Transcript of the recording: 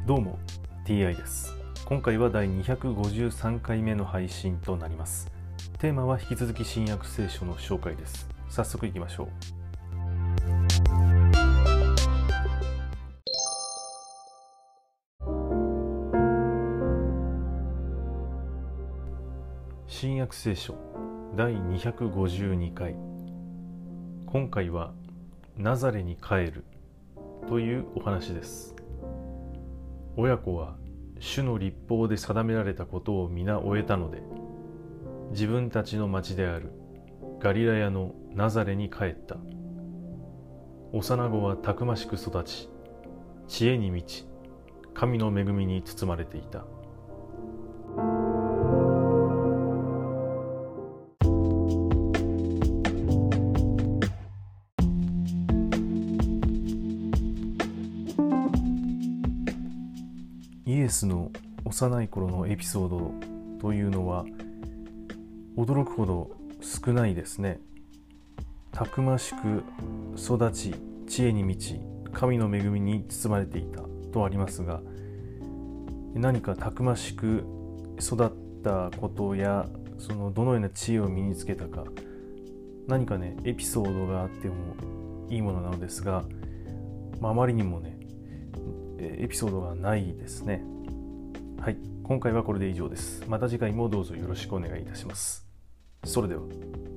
どうも TI です。今回は第253回目の配信となります。テーマは引き続き新約聖書の紹介です。早速いきましょう。新約聖書第252回。今回はナザレに帰るというお話です。親子は主の律法で定められたことを皆終えたので、自分たちの町であるガリラヤのナザレに帰った。幼子はたくましく育ち、知恵に満ち、神の恵みに包まれていた。イエスの幼い頃のエピソードというのは驚くほど少ないですね。たくましく育ち、知恵に満ち、神の恵みに包まれていたとありますが、何かたくましく育ったことやどのような知恵を身につけたか、何かねエピソードがあってもいいものなのですが、あまりにもねエピソードがないですね。はい、今回はこれで以上です。また次回もどうぞよろしくお願いいたします。それでは。